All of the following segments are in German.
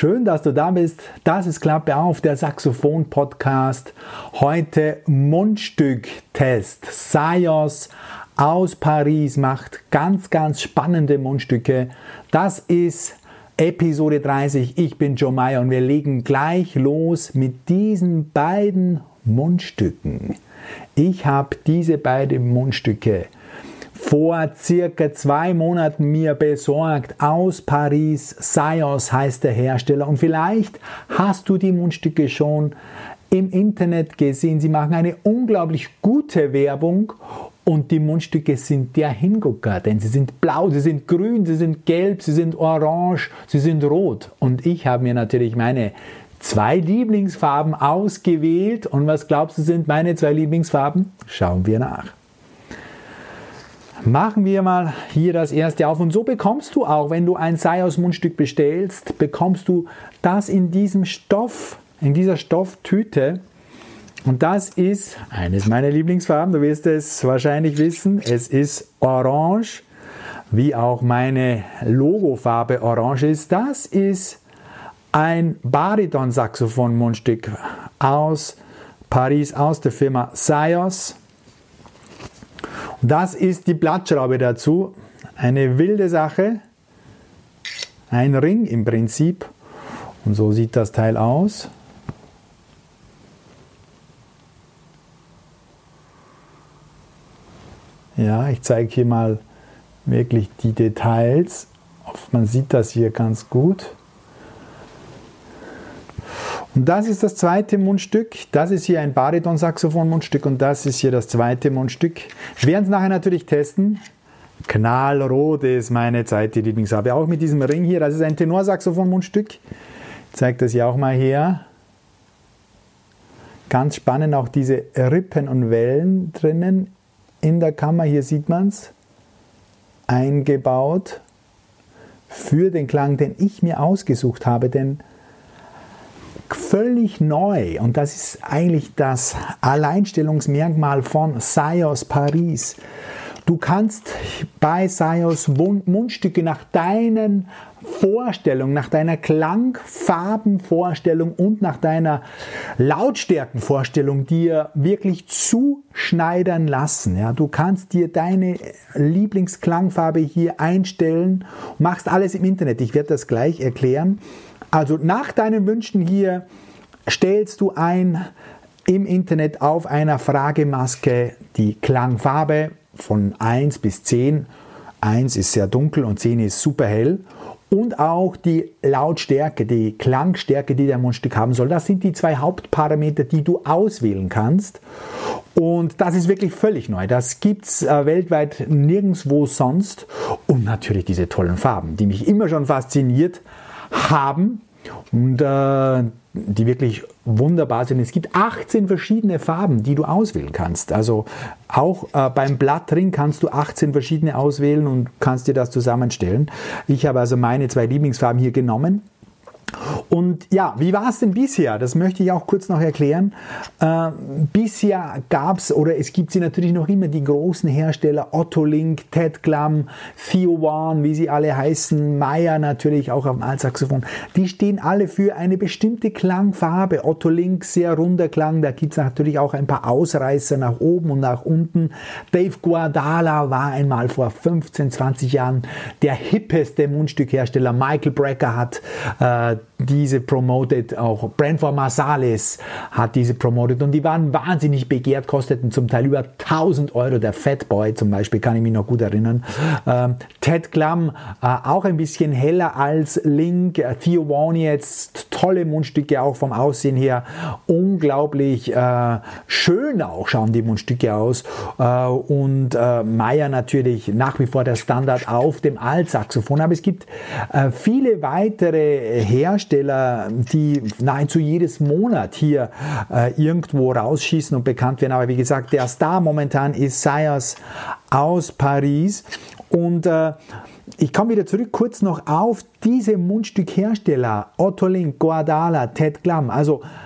Schön, dass du da bist. Das ist Klappe auf, der Saxophon-Podcast. Heute Mundstück-Test. Sayos aus Paris macht ganz spannende Mundstücke. Das ist Episode 30. Ich bin Joe Meyer und wir legen gleich los mit diesen beiden Mundstücken. Ich habe diese beiden Mundstücke vor circa 2 Monaten mir besorgt aus Paris. Sayos heißt der Hersteller und vielleicht hast du die Mundstücke schon im Internet gesehen. Sie machen eine unglaublich gute Werbung und die Mundstücke sind der Hingucker, denn sie sind blau, sie sind grün, sie sind gelb, sie sind orange, sie sind rot. Und ich habe mir natürlich meine 2 Lieblingsfarben ausgewählt. Und was glaubst du sind meine 2 Lieblingsfarben? Schauen wir nach. Machen wir mal hier das erste auf und so bekommst du auch, wenn du ein Sayos Mundstück bestellst, bekommst du das in diesem Stoff, in dieser Stofftüte und das ist eines meiner Lieblingsfarben, du wirst es wahrscheinlich wissen, es ist orange, wie auch meine Logofarbe orange ist. Das ist ein Bariton-Saxophon-Mundstück aus Paris, aus der Firma Sayos. Das ist die Blattschraube dazu, eine wilde Sache, ein Ring im Prinzip und so sieht das Teil aus. Ja, ich zeige hier mal wirklich die Details, man sieht das hier ganz gut. Und das ist das zweite Mundstück. Das ist hier ein Bariton-Saxophon-Mundstück und das ist hier das zweite Mundstück. Wir werden es nachher natürlich testen. Knallrot ist meine zweite Lieblingsfarbe. Auch mit diesem Ring hier. Das ist ein Tenorsaxophon-Mundstück. Ich zeige das hier auch mal her. Ganz spannend auch diese Rippen und Wellen drinnen in der Kammer. Hier sieht man es. Eingebaut für den Klang, den ich mir ausgesucht habe. Denn völlig neu und das ist eigentlich das Alleinstellungsmerkmal von Sayos Paris. Du kannst bei Sayos Mundstücke nach deinen Vorstellungen, nach deiner Klangfarbenvorstellung und nach deiner Lautstärkenvorstellung dir wirklich zuschneidern lassen. Ja, du kannst dir deine Lieblingsklangfarbe hier einstellen, machst alles im Internet. Ich werde das gleich erklären. Also nach deinen Wünschen hier stellst du ein im Internet auf einer Fragemaske die Klangfarbe von 1 bis 10. 1 ist sehr dunkel und 10 ist super hell. Und auch die Lautstärke, die Klangstärke, die der Mundstück haben soll. Das sind die 2 Hauptparameter, die du auswählen kannst. Und das ist wirklich völlig neu. Das gibt es weltweit nirgendwo sonst. Und natürlich diese tollen Farben, die mich immer schon fasziniert haben und die wirklich wunderbar sind. Es gibt 18 verschiedene Farben, die du auswählen kannst. Also auch beim Blattring kannst du 18 verschiedene auswählen und kannst dir das zusammenstellen. Ich habe also meine 2 Lieblingsfarben hier genommen. Und ja, wie war es denn bisher? Das möchte ich auch kurz noch erklären. Bisher gab es, oder es gibt sie natürlich noch immer, die großen Hersteller Otolink, Ted Glam, Theo One, wie sie alle heißen, Meyer natürlich auch auf dem Altsaxophon. Die stehen alle für eine bestimmte Klangfarbe. Otolink, sehr runder Klang, da gibt es natürlich auch ein paar Ausreißer nach oben und nach unten. Dave Guardala war einmal vor 15, 20 Jahren der hippeste Mundstückhersteller. Michael Brecker hat diese promoted, auch Branford Marsalis hat diese promoted und die waren wahnsinnig begehrt, kosteten zum Teil über 1000 Euro. Der Fatboy zum Beispiel, kann ich mich noch gut erinnern. Ted Glam, auch ein bisschen heller als Link. Theo One jetzt, tolle Mundstücke auch vom Aussehen her. Unglaublich schön auch schauen die Mundstücke aus. Und Meyer natürlich nach wie vor der Standard auf dem Altsaxophon. Aber es gibt viele weitere Hersteller, die nahezu jedes Monat hier irgendwo rausschießen und bekannt werden. Aber wie gesagt, der Star momentan ist Sayos aus Paris. Und ich komme wieder zurück kurz noch auf diese Mundstückhersteller. Otolink, Guardala, Ted Glam. Also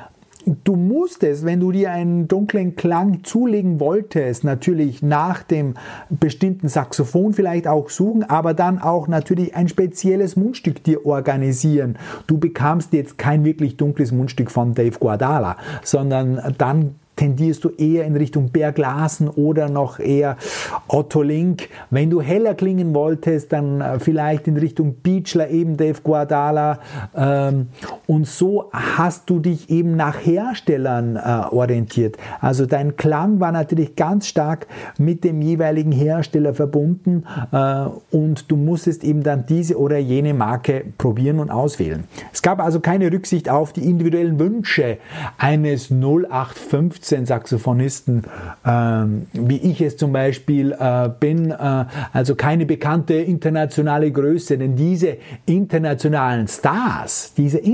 Du musstest, wenn du dir einen dunklen Klang zulegen wolltest, natürlich nach dem bestimmten Saxophon vielleicht auch suchen, aber dann auch natürlich ein spezielles Mundstück dir organisieren. Du bekamst jetzt kein wirklich dunkles Mundstück von Dave Guadala, sondern dann tendierst du eher in Richtung Berg Larsen oder noch eher Otto Link. Wenn du heller klingen wolltest, dann vielleicht in Richtung Beachler, eben Dave Guadala. Und so hast du dich eben nach Herstellern orientiert. Also dein Klang war natürlich ganz stark mit dem jeweiligen Hersteller verbunden und du musstest eben dann diese oder jene Marke probieren und auswählen. Es gab also keine Rücksicht auf die individuellen Wünsche eines 0815 Saxophonisten, wie ich es zum Beispiel bin, also keine bekannte internationale Größe, denn diese internationalen Stars,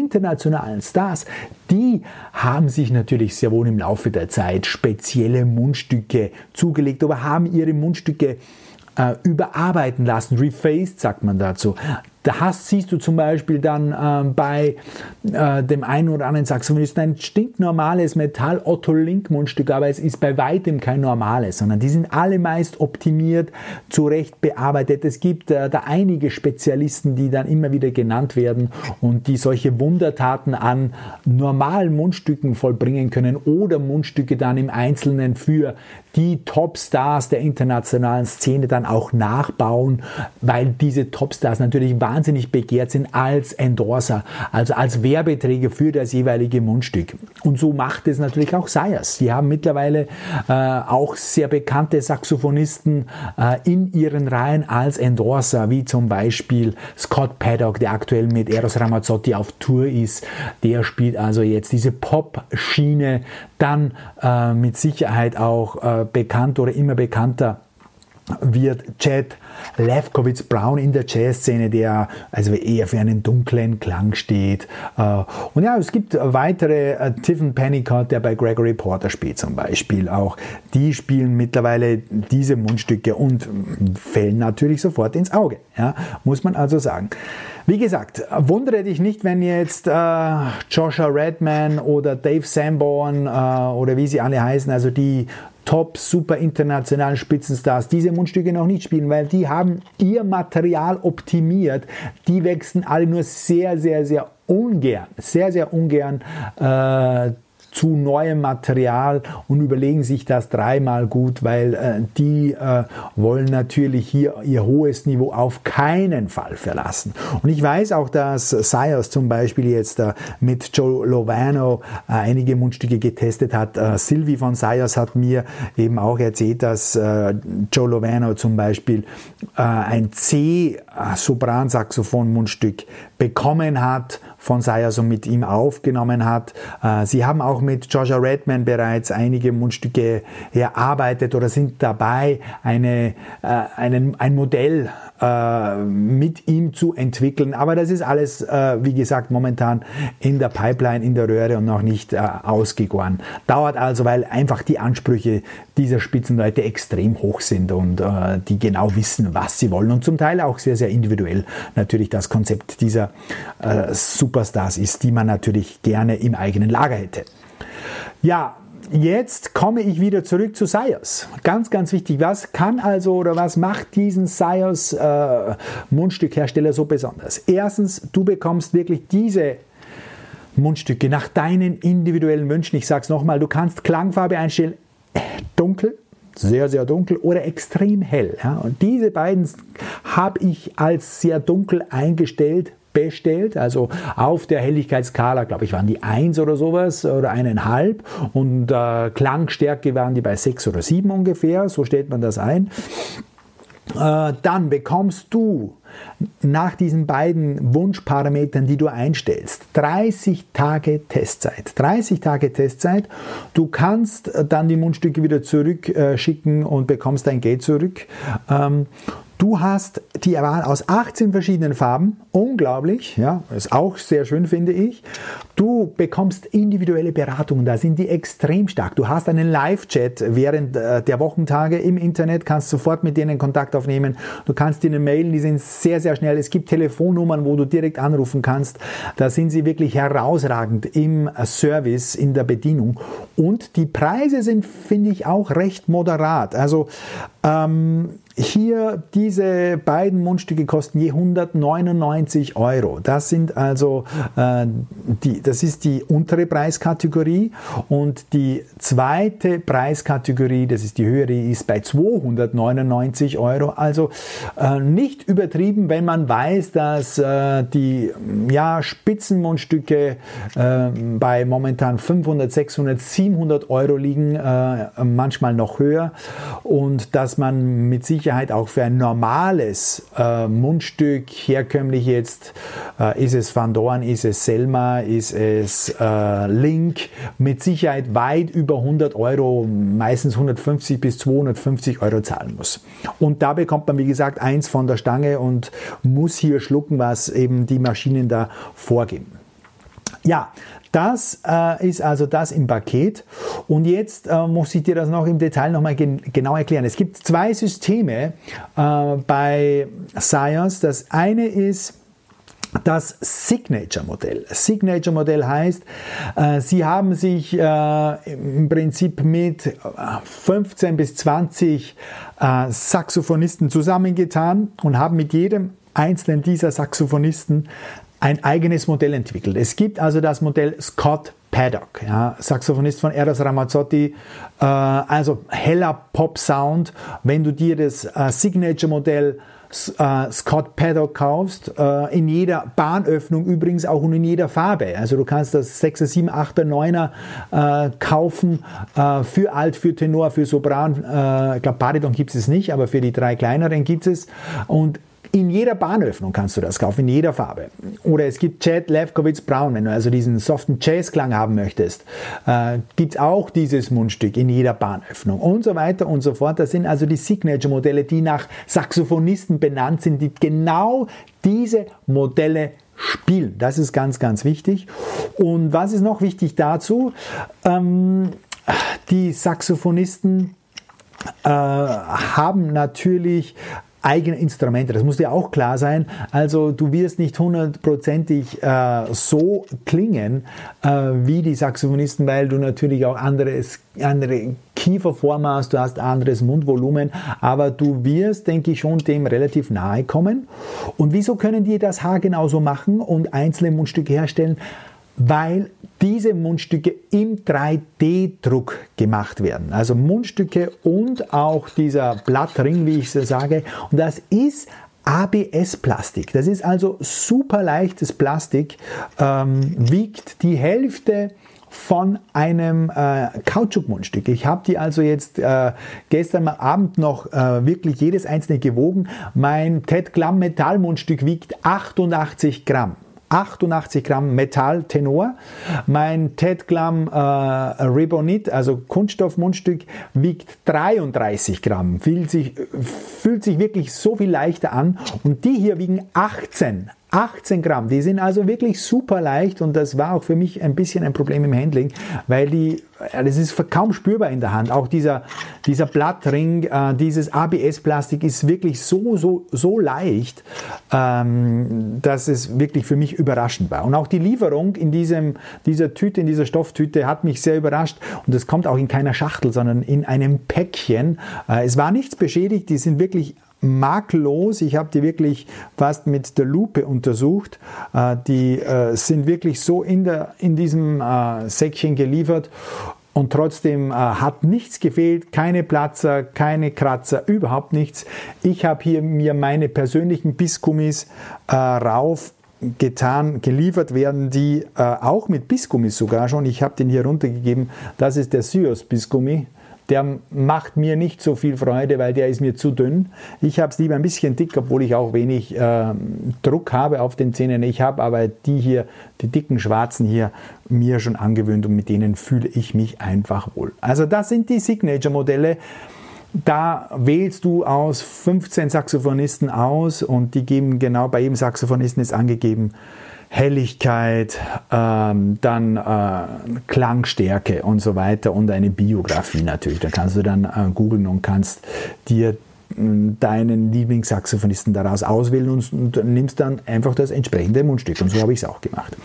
die haben sich natürlich sehr wohl im Laufe der Zeit spezielle Mundstücke zugelegt, aber haben ihre Mundstücke überarbeiten lassen, refaced sagt man dazu. Siehst du zum Beispiel dann bei dem einen oder anderen Saxophonisten ein stinknormales Metall-Otto-Link-Mundstück, aber es ist bei weitem kein normales, sondern die sind alle meist optimiert, zurecht bearbeitet. Es gibt da einige Spezialisten, die dann immer wieder genannt werden und die solche Wundertaten an normalen Mundstücken vollbringen können oder Mundstücke dann im Einzelnen für die Topstars der internationalen Szene dann auch nachbauen, weil diese Topstars natürlich wahnsinnig begehrt sind als Endorser, also als Werbeträger für das jeweilige Mundstück. Und so macht es natürlich auch Sires. Die haben mittlerweile auch sehr bekannte Saxophonisten in ihren Reihen als Endorser, wie zum Beispiel Scott Paddock, der aktuell mit Eros Ramazzotti auf Tour ist. Der spielt also jetzt diese Pop-Schiene, dann mit Sicherheit auch bekannt oder immer bekannter wird Chad Lefkowitz-Brown in der Jazzszene, der also eher für einen dunklen Klang steht. Und ja, es gibt weitere, Tiffin Pennicott, der bei Gregory Porter spielt zum Beispiel auch. Die spielen mittlerweile diese Mundstücke und fällen natürlich sofort ins Auge, ja, muss man also sagen. Wie gesagt, wundere dich nicht, wenn jetzt Joshua Redman oder Dave Sanborn oder wie sie alle heißen, also die Top, super internationalen Spitzenstars diese Mundstücke noch nicht spielen, weil die haben ihr Material optimiert. Die wechseln alle nur sehr, sehr, sehr ungern zu neuem Material und überlegen sich das dreimal gut, weil die wollen natürlich hier ihr hohes Niveau auf keinen Fall verlassen. Und ich weiß auch, dass Sires zum Beispiel jetzt mit Joe Lovano einige Mundstücke getestet hat. Sylvie von Sires hat mir eben auch erzählt, dass Joe Lovano zum Beispiel ein C-Sopran-Saxophon-Mundstück bekommen hat von Sires und mit ihm aufgenommen hat. Sie haben auch mit Joshua Redman bereits einige Mundstücke erarbeitet oder sind dabei, ein Modell mit ihm zu entwickeln. Aber das ist alles, wie gesagt, momentan in der Pipeline, in der Röhre und noch nicht ausgegoren. Dauert also, weil einfach die Ansprüche dieser Spitzenleute extrem hoch sind und die genau wissen, was sie wollen und zum Teil auch sehr, sehr individuell natürlich das Konzept dieser Superstars ist, die man natürlich gerne im eigenen Lager hätte. Ja, jetzt komme ich wieder zurück zu Sires. Ganz, ganz wichtig. Was kann also oder was macht diesen Sires Mundstückhersteller so besonders? Erstens, du bekommst wirklich diese Mundstücke nach deinen individuellen Wünschen. Ich sage es nochmal, du kannst Klangfarbe einstellen, dunkel, sehr, sehr dunkel oder extrem hell. Ja? Und diese beiden habe ich als sehr dunkel bestellt, also auf der Helligkeitsskala, glaube ich, waren die 1 oder sowas oder 1,5 und Klangstärke waren die bei 6 oder 7 ungefähr, so stellt man das ein. Dann bekommst du nach diesen beiden Wunschparametern, die du einstellst, 30 Tage Testzeit. 30 Tage Testzeit. Du kannst dann die Mundstücke wieder zurückschicken und bekommst dein Geld zurück. Du hast die Wahl aus 18 verschiedenen Farben. Unglaublich, ja, ist auch sehr schön, finde ich. Du bekommst individuelle Beratungen, da sind die extrem stark. Du hast einen Live-Chat während der Wochentage im Internet, kannst sofort mit denen Kontakt aufnehmen. Du kannst ihnen mailen, die sind sehr, sehr schnell. Es gibt Telefonnummern, wo du direkt anrufen kannst. Da sind sie wirklich herausragend im Service, in der Bedienung. Und die Preise sind, finde ich, auch recht moderat. Also hier diese beiden Mundstücke kosten je 199 Euro. Das sind also das ist die untere Preiskategorie, und die zweite Preiskategorie, das ist die höhere, ist bei 299 Euro. Also nicht übertrieben, wenn man weiß, dass die Spitzenmundstücke bei momentan 500, 600, 700 Euro liegen, manchmal noch höher, und dass man mit Sicherheit auch für ein normales Mundstück, herkömmlich jetzt, ist es Van Doorn, ist es Selma, ist es Link, mit Sicherheit weit über 100 Euro, meistens 150 bis 250 Euro zahlen muss. Und da bekommt man, wie gesagt, eins von der Stange und muss hier schlucken, was eben die Maschinen da vorgeben. Ja, das ist also das im Paket, und jetzt muss ich dir das noch im Detail nochmal genau erklären. Es gibt zwei Systeme bei Sires. Das eine ist das Signature-Modell. Signature-Modell heißt, sie haben sich im Prinzip mit 15 bis 20 Saxophonisten zusammengetan und haben mit jedem einzelnen dieser Saxophonisten ein eigenes Modell entwickelt. Es gibt also das Modell Scott Paddock, Saxophonist von Eros Ramazzotti, also heller Pop-Sound. Wenn du dir das Signature-Modell Scott Paddock kaufst, in jeder Bahnöffnung übrigens auch und in jeder Farbe. Also du kannst das 6er, 7er, 8er, 9er kaufen, für Alt, für Tenor, für Sopran. Ich glaube, Bariton gibt es nicht, aber für die drei kleineren gibt es. Und in jeder Bahnöffnung kannst du das kaufen, in jeder Farbe. Oder es gibt Chad Lefkowitz Brown, wenn du also diesen soften Jazzklang haben möchtest, gibt es auch dieses Mundstück in jeder Bahnöffnung und so weiter und so fort. Das sind also die Signature-Modelle, die nach Saxophonisten benannt sind, die genau diese Modelle spielen. Das ist ganz, ganz wichtig. Und was ist noch wichtig dazu? Die Saxophonisten haben natürlich eigene Instrumente, das muss dir auch klar sein. Also du wirst nicht hundertprozentig so klingen wie die Saxophonisten, weil du natürlich auch andere Kieferform hast, du hast anderes Mundvolumen, aber du wirst, denke ich, schon dem relativ nahe kommen. Und wieso können die das haargenau so machen und einzelne Mundstücke herstellen? Weil diese Mundstücke im 3D-Druck gemacht werden. Also Mundstücke und auch dieser Blattring, wie ich es sage. Und das ist ABS-Plastik. Das ist also super leichtes Plastik, wiegt die Hälfte von einem Kautschukmundstück. Ich habe die also jetzt gestern Abend noch wirklich jedes einzelne gewogen. Mein Ted Glam Metallmundstück wiegt 88 Gramm. 88 Gramm Metall Tenor. Mein Ted Glam Ribonit, also Kunststoffmundstück, wiegt 33 Gramm. Fühlt sich wirklich so viel leichter an. Und die hier wiegen 18 Gramm. Die sind also wirklich super leicht, und das war auch für mich ein bisschen ein Problem im Handling, weil das ist kaum spürbar in der Hand. Auch dieser Blattring, dieses ABS-Plastik ist wirklich so leicht, dass es wirklich für mich überraschend war. Und auch die Lieferung in dieser Tüte, in dieser Stofftüte, hat mich sehr überrascht. Und es kommt auch in keiner Schachtel, sondern in einem Päckchen. Es war nichts beschädigt, die sind wirklich makellos. Ich habe die wirklich fast mit der Lupe untersucht. Die sind wirklich so in diesem Säckchen geliefert, und trotzdem hat nichts gefehlt, keine Platzer, keine Kratzer, überhaupt nichts. Ich habe hier mir meine persönlichen Bissgummis raufgetan, geliefert werden die auch mit Bissgummis sogar schon. Ich habe den hier runtergegeben. Das ist der Syos Bissgummi. Der macht mir nicht so viel Freude, weil der ist mir zu dünn. Ich habe es lieber ein bisschen dick, obwohl ich auch wenig Druck habe auf den Zähnen. Ich habe aber die dicken schwarzen hier, mir schon angewöhnt, und mit denen fühle ich mich einfach wohl. Also das sind die Signature-Modelle. Da wählst du aus 15 Saxophonisten aus, und die geben genau, bei jedem Saxophonisten ist angegeben, Helligkeit, dann Klangstärke und so weiter und eine Biografie natürlich. Da kannst du dann googeln und kannst dir deinen Lieblingssaxophonisten daraus auswählen und nimmst dann einfach das entsprechende Mundstück. Und so habe ich es auch gemacht.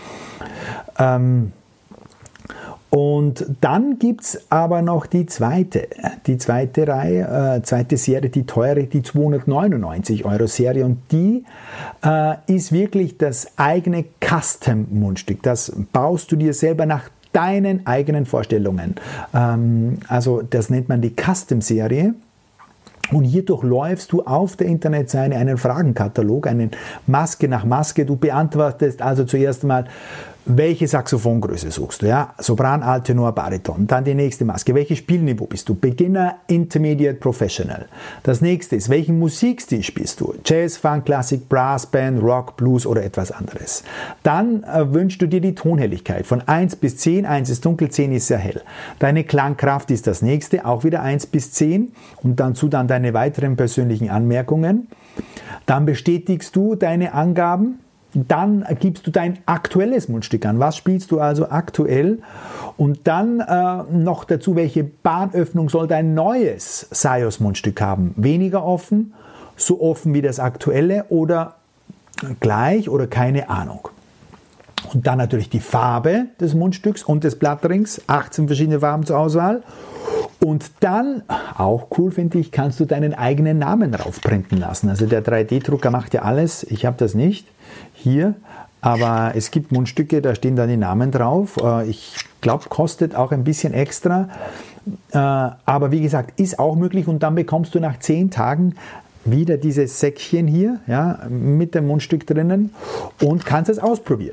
Und dann gibt es aber noch die zweite Reihe, zweite Serie, die teure, die 299 € Serie, und die ist wirklich das eigene Custom-Mundstück. Das baust du dir selber nach deinen eigenen Vorstellungen. Also das nennt man die Custom-Serie. Und hier durchläufst du auf der Internetseite einen Fragenkatalog, einen Maske nach Maske. Du beantwortest also zuerst einmal, welche Saxophongröße suchst du? Ja? Sopran, Alt, Tenor, Bariton. Dann die nächste Maske. Welches Spielniveau bist du? Beginner, Intermediate, Professional. Das nächste ist, welchen Musikstil spielst du? Jazz, Funk, Klassik, Brassband, Rock, Blues oder etwas anderes. Dann wünschst du dir die Tonhelligkeit von 1 bis 10. 1 ist dunkel, 10 ist sehr hell. Deine Klangkraft ist das nächste, auch wieder 1 bis 10. Und dazu dann deine weiteren persönlichen Anmerkungen. Dann bestätigst du deine Angaben. Dann gibst du dein aktuelles Mundstück an. Was spielst du also aktuell? Und dann noch dazu, welche Bahnöffnung soll dein neues Saios-Mundstück haben? Weniger offen, so offen wie das aktuelle oder gleich oder keine Ahnung. Und dann natürlich die Farbe des Mundstücks und des Blattrings. 18 verschiedene Farben zur Auswahl. Und dann, auch cool finde ich, kannst du deinen eigenen Namen draufprinten lassen. Also der 3D-Drucker macht ja alles. Ich habe das nicht hier, aber es gibt Mundstücke, da stehen dann die Namen drauf. Ich glaube, kostet auch ein bisschen extra. Aber wie gesagt, ist auch möglich. Und dann bekommst du nach 10 Tagen wieder dieses Säckchen hier, ja, mit dem Mundstück drinnen und kannst es ausprobieren.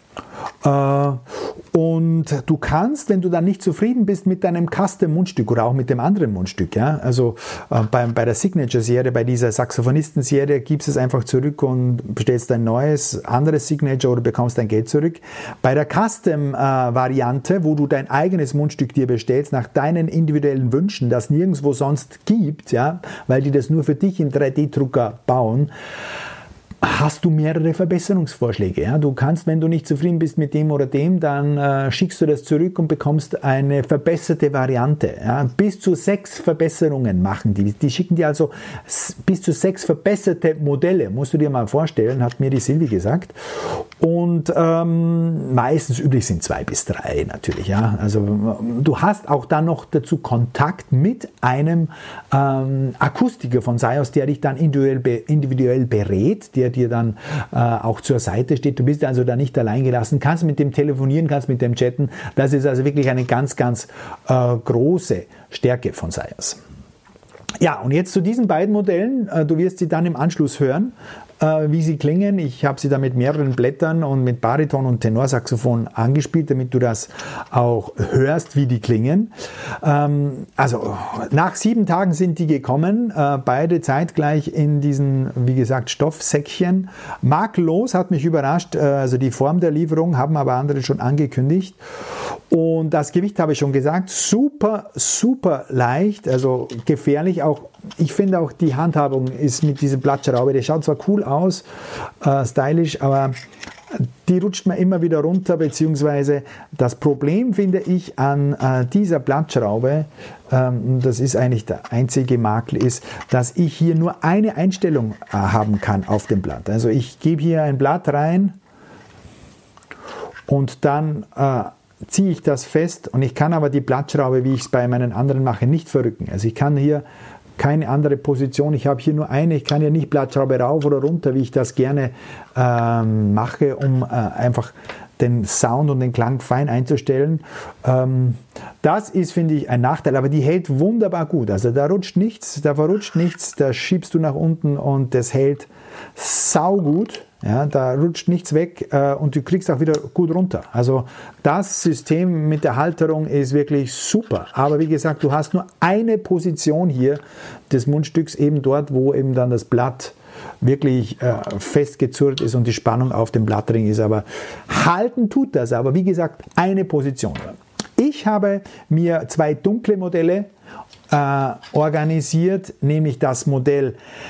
Und du kannst, wenn du dann nicht zufrieden bist mit deinem Custom-Mundstück oder auch mit dem anderen Mundstück, ja, also bei der Signature-Serie, bei dieser Saxophonisten-Serie, gibst es einfach zurück und bestellst ein neues, anderes Signature oder bekommst dein Geld zurück. Bei der Custom-Variante, wo du dein eigenes Mundstück dir bestellst, nach deinen individuellen Wünschen, das nirgendwo sonst gibt, ja, weil die das nur für dich im 3D-Drucker bauen, hast du mehrere Verbesserungsvorschläge. Ja? Du kannst, wenn du nicht zufrieden bist mit dem oder dem, dann schickst du das zurück und bekommst eine verbesserte Variante. Ja? Bis zu 6 Verbesserungen machen die. Die schicken dir also bis zu 6 verbesserte Modelle. Musst du dir mal vorstellen, hat mir die Silvi gesagt. Und meistens üblich sind 2 bis 3 natürlich. Ja? Also du hast auch dann noch dazu Kontakt mit einem Akustiker von Saios, der dich dann individuell berät, der dir dann auch zur Seite steht. Du bist also da nicht allein gelassen, kannst mit dem telefonieren, kannst mit dem chatten. Das ist also wirklich eine ganz, ganz große Stärke von Saios. Ja, und jetzt zu diesen beiden Modellen. Du wirst sie dann im Anschluss hören, wie sie klingen. Ich habe sie da mit mehreren Blättern und mit Bariton und Tenorsaxophon angespielt, damit du das auch hörst, wie die klingen. Also nach 7 Tagen sind die gekommen, beide zeitgleich in diesen, wie gesagt, Stoffsäckchen. Makellos, hat mich überrascht. Also die Form der Lieferung haben aber andere schon angekündigt. Und das Gewicht habe ich schon gesagt, super, super leicht, also gefährlich auch. Ich finde auch die Handhabung ist mit dieser Blattschraube, die schaut zwar cool aus, stylisch, aber die rutscht mir immer wieder runter, beziehungsweise das Problem finde ich an dieser Blattschraube, das ist eigentlich der einzige Makel, ist, dass ich hier nur eine Einstellung haben kann auf dem Blatt. Also ich gebe hier ein Blatt rein und dann ziehe ich das fest und ich kann aber die Blattschraube, wie ich es bei meinen anderen mache, nicht verrücken. Also ich kann hier keine andere Position, ich habe hier nur eine, ich kann hier nicht Blattschraube rauf oder runter, wie ich das gerne mache, um einfach den Sound und den Klang fein einzustellen. Das ist, finde ich, ein Nachteil, aber die hält wunderbar gut. Also da rutscht nichts, da verrutscht nichts, da schiebst du nach unten und das hält saugut. Ja, da rutscht nichts weg und du kriegst auch wieder gut runter. Also das System mit der Halterung ist wirklich super. Aber wie gesagt, du hast nur eine Position hier des Mundstücks, eben dort, wo eben dann das Blatt wirklich festgezurrt ist und die Spannung auf dem Blattring ist. Aber halten tut das. Aber wie gesagt, eine Position. Ich habe mir 2 dunkle Modelle organisiert, nämlich das Modell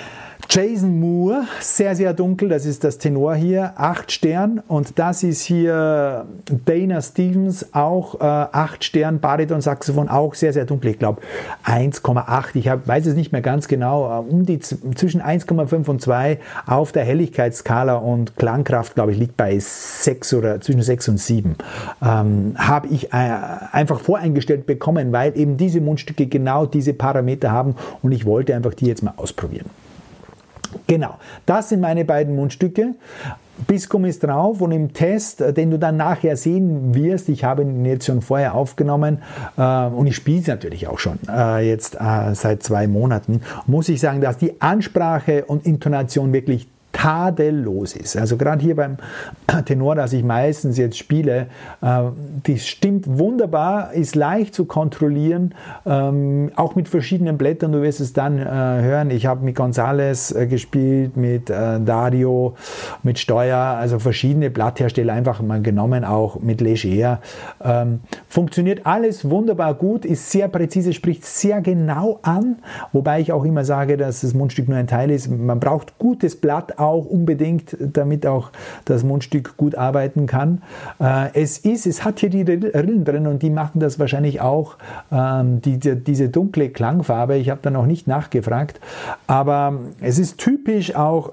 Jason Moore, sehr, sehr dunkel, das ist das Tenor hier, 8 Stern. Und das ist hier Dana Stevens, auch 8 Stern, Bariton-Saxophon, auch sehr, sehr dunkel. Ich glaube 1,8, ich weiß es nicht mehr ganz genau, zwischen 1,5 und 2 auf der Helligkeitsskala, und Klangkraft, glaube ich, liegt bei 6 oder zwischen 6 und 7. Habe ich einfach voreingestellt bekommen, weil eben diese Mundstücke genau diese Parameter haben, und ich wollte einfach die jetzt mal ausprobieren. Genau, das sind meine beiden Mundstücke. Biscum ist drauf, und im Test, den du dann nachher sehen wirst, ich habe ihn jetzt schon vorher aufgenommen, und ich spiele es natürlich auch schon jetzt seit 2 Monaten, muss ich sagen, dass die Ansprache und Intonation wirklich tadellos ist. Also gerade hier beim Tenor, das ich meistens jetzt spiele, die stimmt wunderbar, ist leicht zu kontrollieren, auch mit verschiedenen Blättern. Du wirst es dann hören. Ich habe mit Gonzales gespielt, mit Dario, mit Steuer, also verschiedene Blatthersteller einfach mal genommen, auch mit Leger. Funktioniert alles wunderbar gut, ist sehr präzise, spricht sehr genau an, wobei ich auch immer sage, dass das Mundstück nur ein Teil ist. Man braucht gutes Blatt auch unbedingt, damit auch das Mundstück gut arbeiten kann. Es hat hier die Rillen drin, und die machen das wahrscheinlich auch, diese dunkle Klangfarbe. Ich habe da noch nicht nachgefragt, aber es ist typisch auch,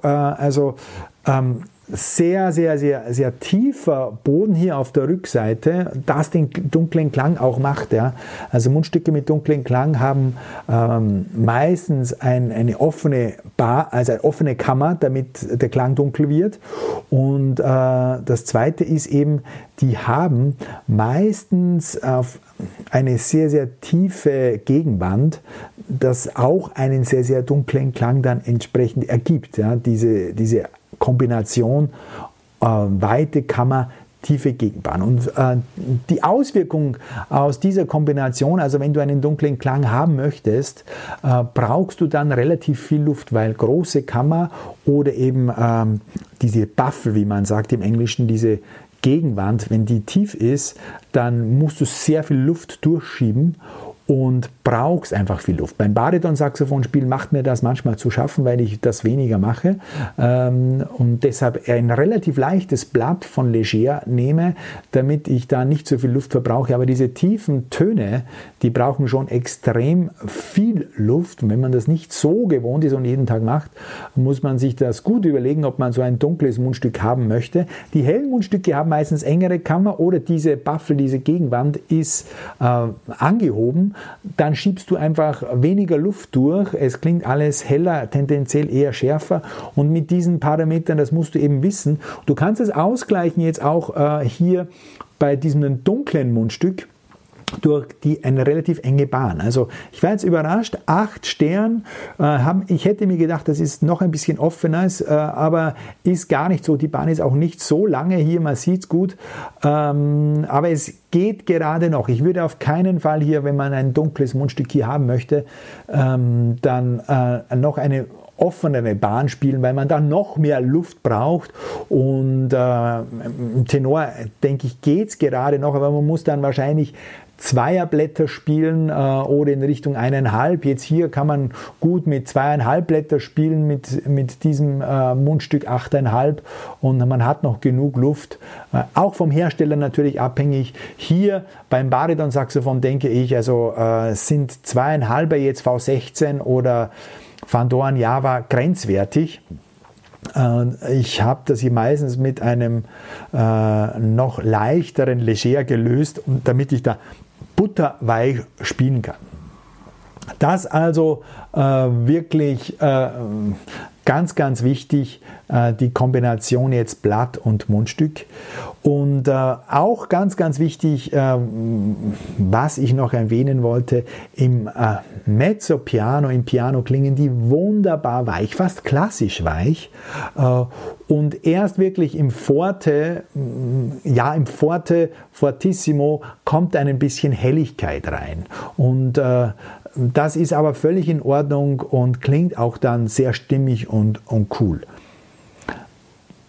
sehr, sehr, sehr, sehr tiefer Boden hier auf der Rückseite, das den dunklen Klang auch macht. Ja. Also Mundstücke mit dunklen Klang haben meistens eine offene also eine offene Kammer, damit der Klang dunkel wird. Und das Zweite ist eben, die haben meistens eine sehr, sehr tiefe Gegenwand, das auch einen sehr, sehr dunklen Klang dann entsprechend ergibt. Ja. Diese Kombination weite Kammer, tiefe Gegenbahn. Und die Auswirkung aus dieser Kombination, also wenn du einen dunklen Klang haben möchtest, brauchst du dann relativ viel Luft, weil große Kammer oder eben diese Baffel, wie man sagt im Englischen, diese Gegenwand, wenn die tief ist, dann musst du sehr viel Luft durchschieben und brauchst einfach viel Luft. Beim Bariton-Saxophonspielen macht mir das manchmal zu schaffen, weil ich das weniger mache, und deshalb ein relativ leichtes Blatt von Leger nehme, damit ich da nicht so viel Luft verbrauche. Aber diese tiefen Töne, die brauchen schon extrem viel Luft, und wenn man das nicht so gewohnt ist und jeden Tag macht, muss man sich das gut überlegen, ob man so ein dunkles Mundstück haben möchte. Die hellen Mundstücke haben meistens engere Kammer, oder diese Baffel, diese Gegenwand ist angehoben. Dann schiebst du einfach weniger Luft durch, es klingt alles heller, tendenziell eher schärfer, und mit diesen Parametern, das musst du eben wissen. Du kannst es ausgleichen jetzt auch hier bei diesem dunklen Mundstück durch eine relativ enge Bahn. Also ich war jetzt überrascht, 8 Stern, ich hätte mir gedacht, das ist noch ein bisschen offener, aber ist gar nicht so. Die Bahn ist auch nicht so lange hier, man sieht es gut, aber es geht gerade noch. Ich würde auf keinen Fall hier, wenn man ein dunkles Mundstück hier haben möchte, dann noch eine offenere Bahn spielen, weil man da noch mehr Luft braucht, und im Tenor, denke ich, geht es gerade noch, aber man muss dann wahrscheinlich Zweierblätter spielen oder in Richtung 1,5. Jetzt hier kann man gut mit 2,5 Blätter spielen mit diesem Mundstück 8,5, und man hat noch genug Luft. Auch vom Hersteller natürlich abhängig. Hier beim Bariton-Saxophon denke ich, also sind 2,5er jetzt V16 oder Van Doorn Java grenzwertig. Ich habe das hier meistens mit einem noch leichteren Leger gelöst, und damit ich da butterweich spielen kann. Das also wirklich ganz, ganz wichtig, die Kombination jetzt Blatt und Mundstück. Und auch ganz, ganz wichtig, was ich noch erwähnen wollte, im Mezzo-Piano, im Piano klingen die wunderbar weich, fast klassisch weich. Und erst wirklich im Forte, im Forte, Fortissimo, kommt ein bisschen Helligkeit rein. Und das ist aber völlig in Ordnung und klingt auch dann sehr stimmig und cool.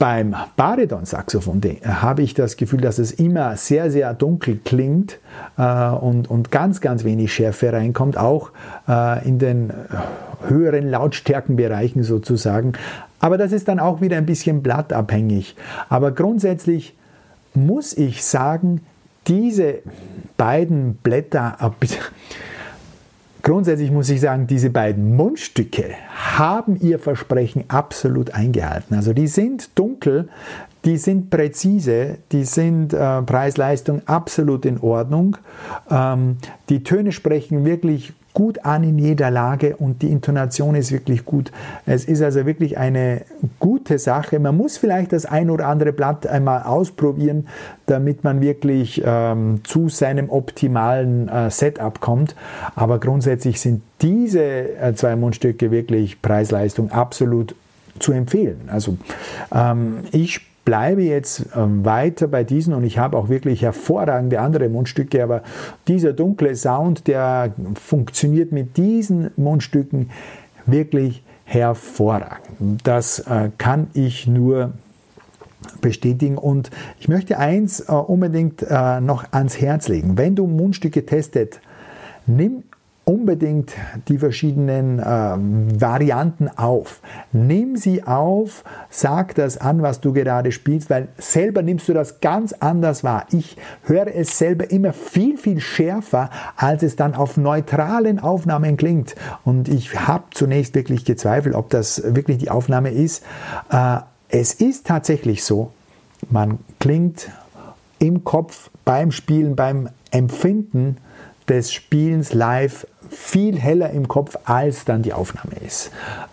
Beim Bariton-Saxophon habe ich das Gefühl, dass es immer sehr, sehr dunkel klingt und ganz, ganz wenig Schärfe reinkommt, auch in den höheren Lautstärkenbereichen sozusagen. Aber das ist dann auch wieder ein bisschen blattabhängig. Aber grundsätzlich muss ich sagen, diese beiden Blätter, grundsätzlich muss ich sagen, diese beiden Mundstücke haben ihr Versprechen absolut eingehalten. Also die sind dunkel, die sind präzise, die sind Preis-Leistung absolut in Ordnung. Die Töne sprechen wirklich gut an in jeder Lage und die Intonation ist wirklich gut. Es ist also wirklich eine gute Sache. Man muss vielleicht das ein oder andere Blatt einmal ausprobieren, damit man wirklich zu seinem optimalen Setup kommt. Aber grundsätzlich sind diese zwei Mundstücke wirklich Preis-Leistung absolut zu empfehlen. Also ich bleibe jetzt weiter bei diesen und ich habe auch wirklich hervorragende andere Mundstücke, aber dieser dunkle Sound, der funktioniert mit diesen Mundstücken wirklich hervorragend. Das kann ich nur bestätigen und ich möchte eins unbedingt noch ans Herz legen. Wenn du Mundstücke testet, nimm unbedingt die verschiedenen Varianten auf. Nimm sie auf, sag das an, was du gerade spielst, weil selber nimmst du das ganz anders wahr. Ich höre es selber immer viel, viel schärfer, als es dann auf neutralen Aufnahmen klingt. Und ich habe zunächst wirklich gezweifelt, ob das wirklich die Aufnahme ist. Es ist tatsächlich so, man klingt im Kopf beim Spielen, beim Empfinden des Spielens live viel heller im Kopf, als dann die Aufnahme ist.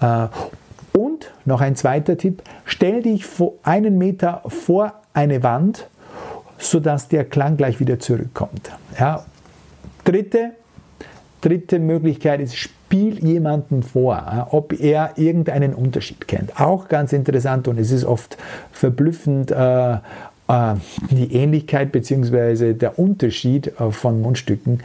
Und noch ein zweiter Tipp, stell dich 1 Meter vor eine Wand, sodass der Klang gleich wieder zurückkommt. Ja. Dritte Möglichkeit ist, spiel jemanden vor, ob er irgendeinen Unterschied kennt. Auch ganz interessant und es ist oft verblüffend, die Ähnlichkeit bzw. der Unterschied von Mundstücken.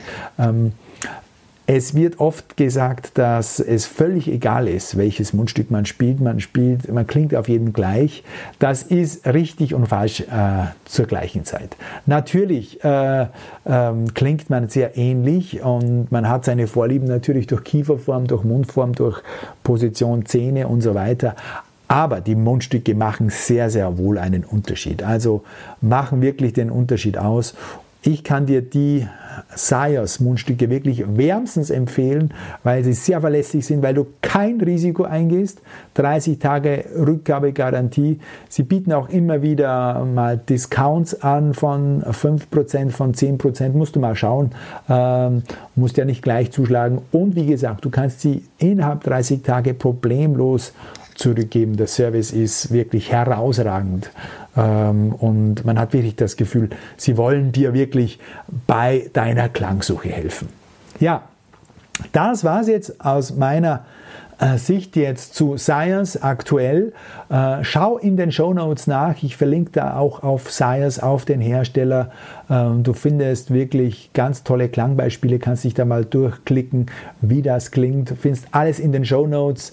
Es wird oft gesagt, dass es völlig egal ist, welches Mundstück man spielt. Man klingt auf jeden gleich. Das ist richtig und falsch zur gleichen Zeit. Natürlich klingt man sehr ähnlich und man hat seine Vorlieben natürlich durch Kieferform, durch Mundform, durch Position, Zähne und so weiter. Aber die Mundstücke machen sehr, sehr wohl einen Unterschied. Also machen wirklich den Unterschied aus. Ich kann dir die Sires Mundstücke wirklich wärmstens empfehlen, weil sie sehr verlässlich sind, weil du kein Risiko eingehst. 30 Tage Rückgabegarantie. Sie bieten auch immer wieder mal Discounts an von 5%, von 10%. Musst du mal schauen. Musst ja nicht gleich zuschlagen. Und wie gesagt, du kannst sie innerhalb 30 Tage problemlos zurückgeben. Der Service ist wirklich herausragend und man hat wirklich das Gefühl, sie wollen dir wirklich bei deiner Klangsuche helfen. Ja, das war es jetzt aus meiner Sicht jetzt zu Sires aktuell. Schau in den Shownotes nach. Ich verlinke da auch auf Sires, auf den Hersteller. Du findest wirklich ganz tolle Klangbeispiele. Kannst dich da mal durchklicken, wie das klingt. Du findest alles in den Shownotes.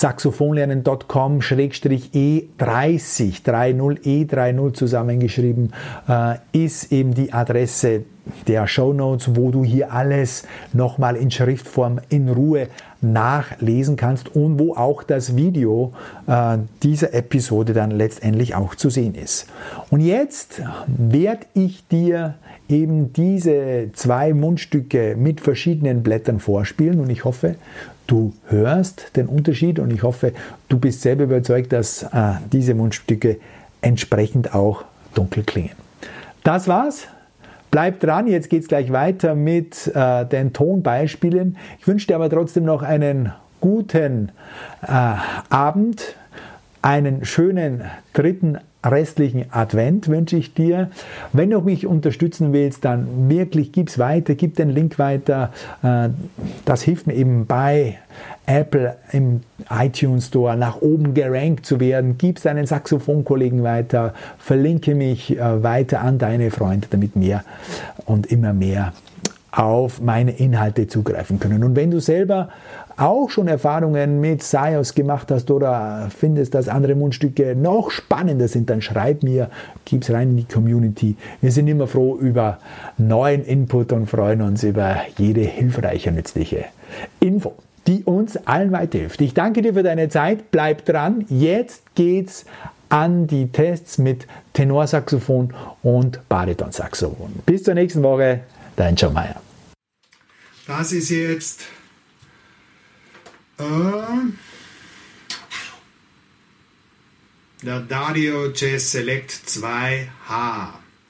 saxophonlernen.com/E30, 30 zusammengeschrieben, ist eben die Adresse der Shownotes, wo du hier alles nochmal in Schriftform in Ruhe nachlesen kannst und wo auch das Video dieser Episode dann letztendlich auch zu sehen ist. Und jetzt werde ich dir eben diese 2 Mundstücke mit verschiedenen Blättern vorspielen und ich hoffe, du hörst den Unterschied und ich hoffe, du bist selber überzeugt, dass diese Mundstücke entsprechend auch dunkel klingen. Das war's. Bleib dran, jetzt geht es gleich weiter mit den Tonbeispielen. Ich wünsche dir aber trotzdem noch einen guten Abend, einen schönen 3. restlichen Advent wünsche ich dir. Wenn du mich unterstützen willst, dann wirklich gib's weiter, gib den Link weiter. Das hilft mir eben bei Apple im iTunes Store nach oben gerankt zu werden. Gib es deinen Saxophonkollegen weiter, verlinke mich weiter an deine Freunde, damit mehr und immer mehr auf meine Inhalte zugreifen können. Und wenn du selber auch schon Erfahrungen mit SciOS gemacht hast oder findest, dass andere Mundstücke noch spannender sind, dann schreib mir, gib's rein in die Community. Wir sind immer froh über neuen Input und freuen uns über jede hilfreiche, nützliche Info, die uns allen weiterhilft. Ich danke dir für deine Zeit, bleib dran. Jetzt geht's an die Tests mit Tenorsaxophon und Baritonsaxophon. Bis zur nächsten Woche, dein John Mayer. Das ist jetzt der Dario Jazz Select 2H.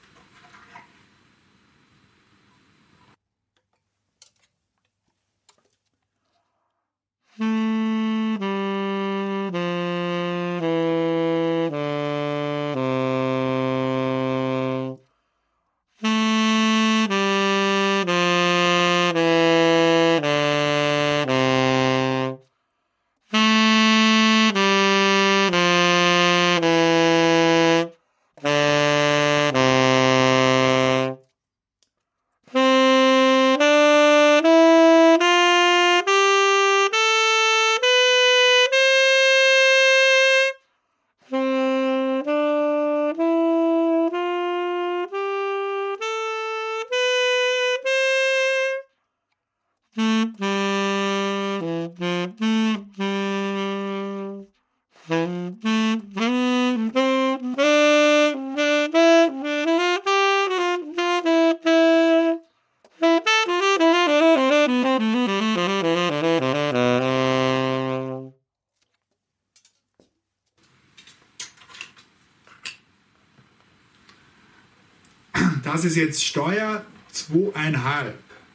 Das ist jetzt Steuer 2,5.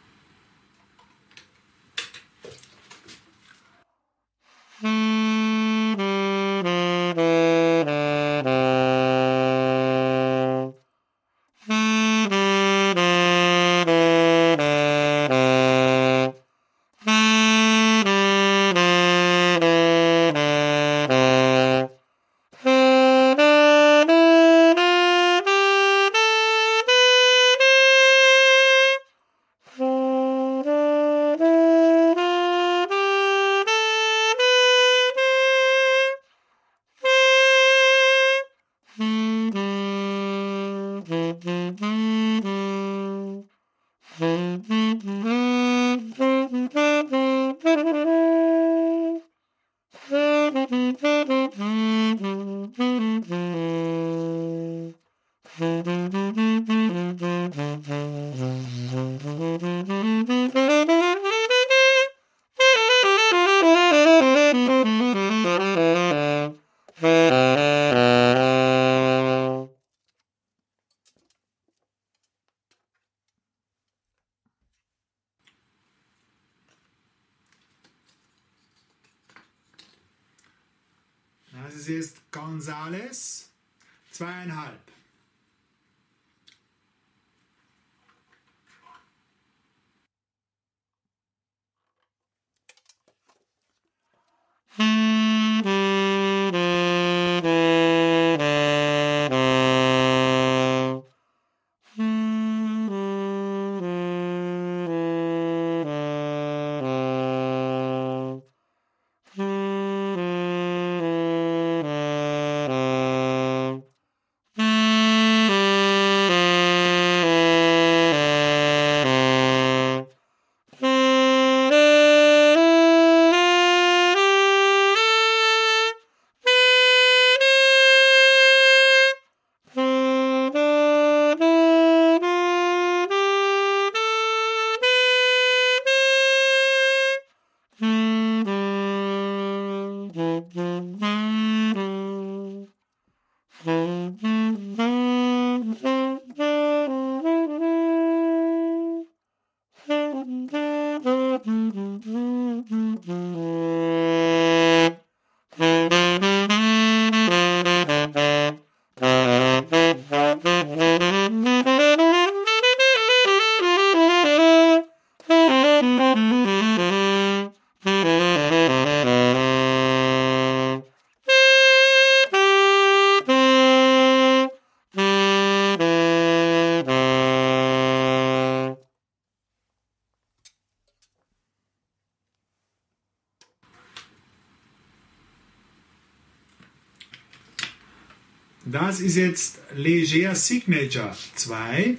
Das ist Gonzales 2,5. Das ist jetzt Leger Signature 2.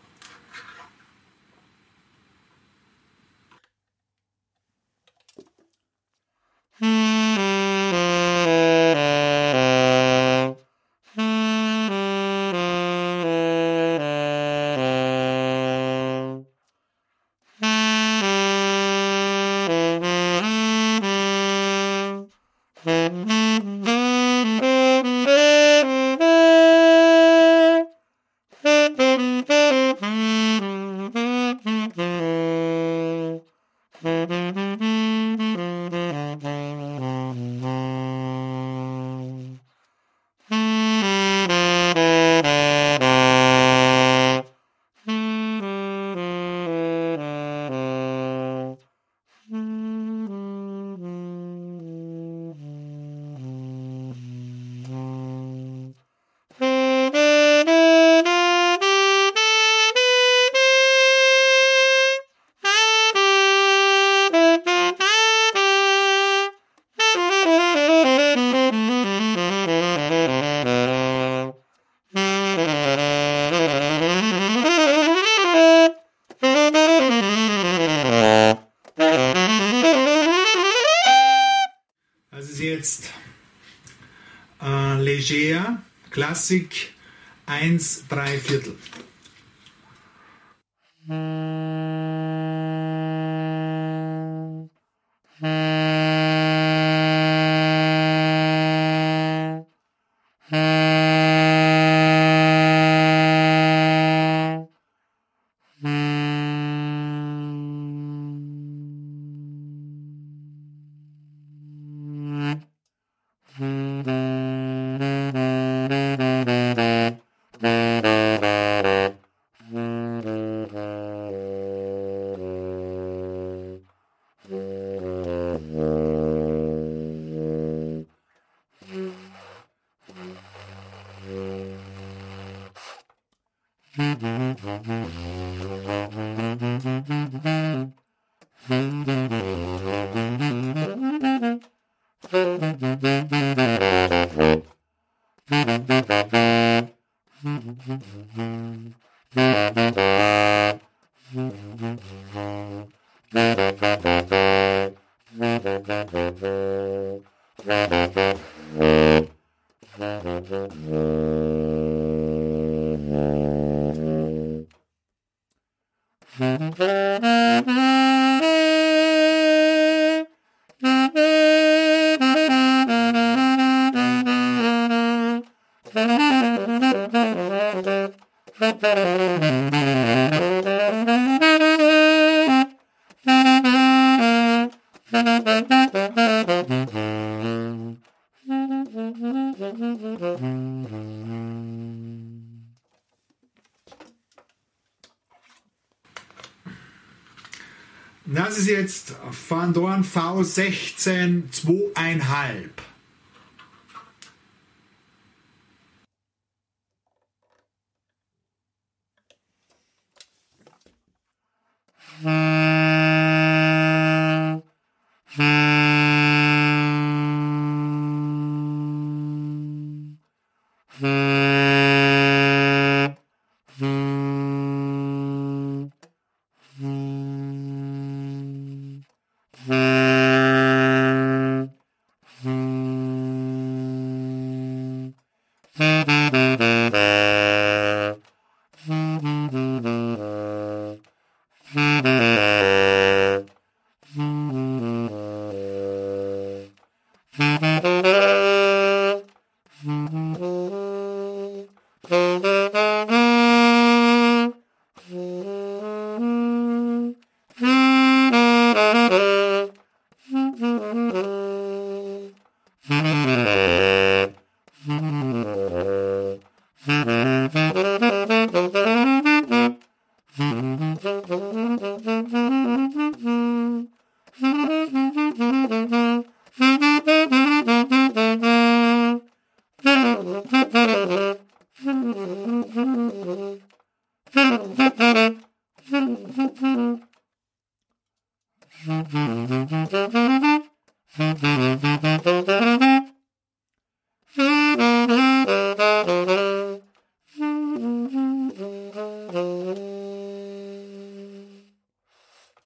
Das ist jetzt Leger Klassik 1/3. Das ist jetzt Van Doorn V16 2,5.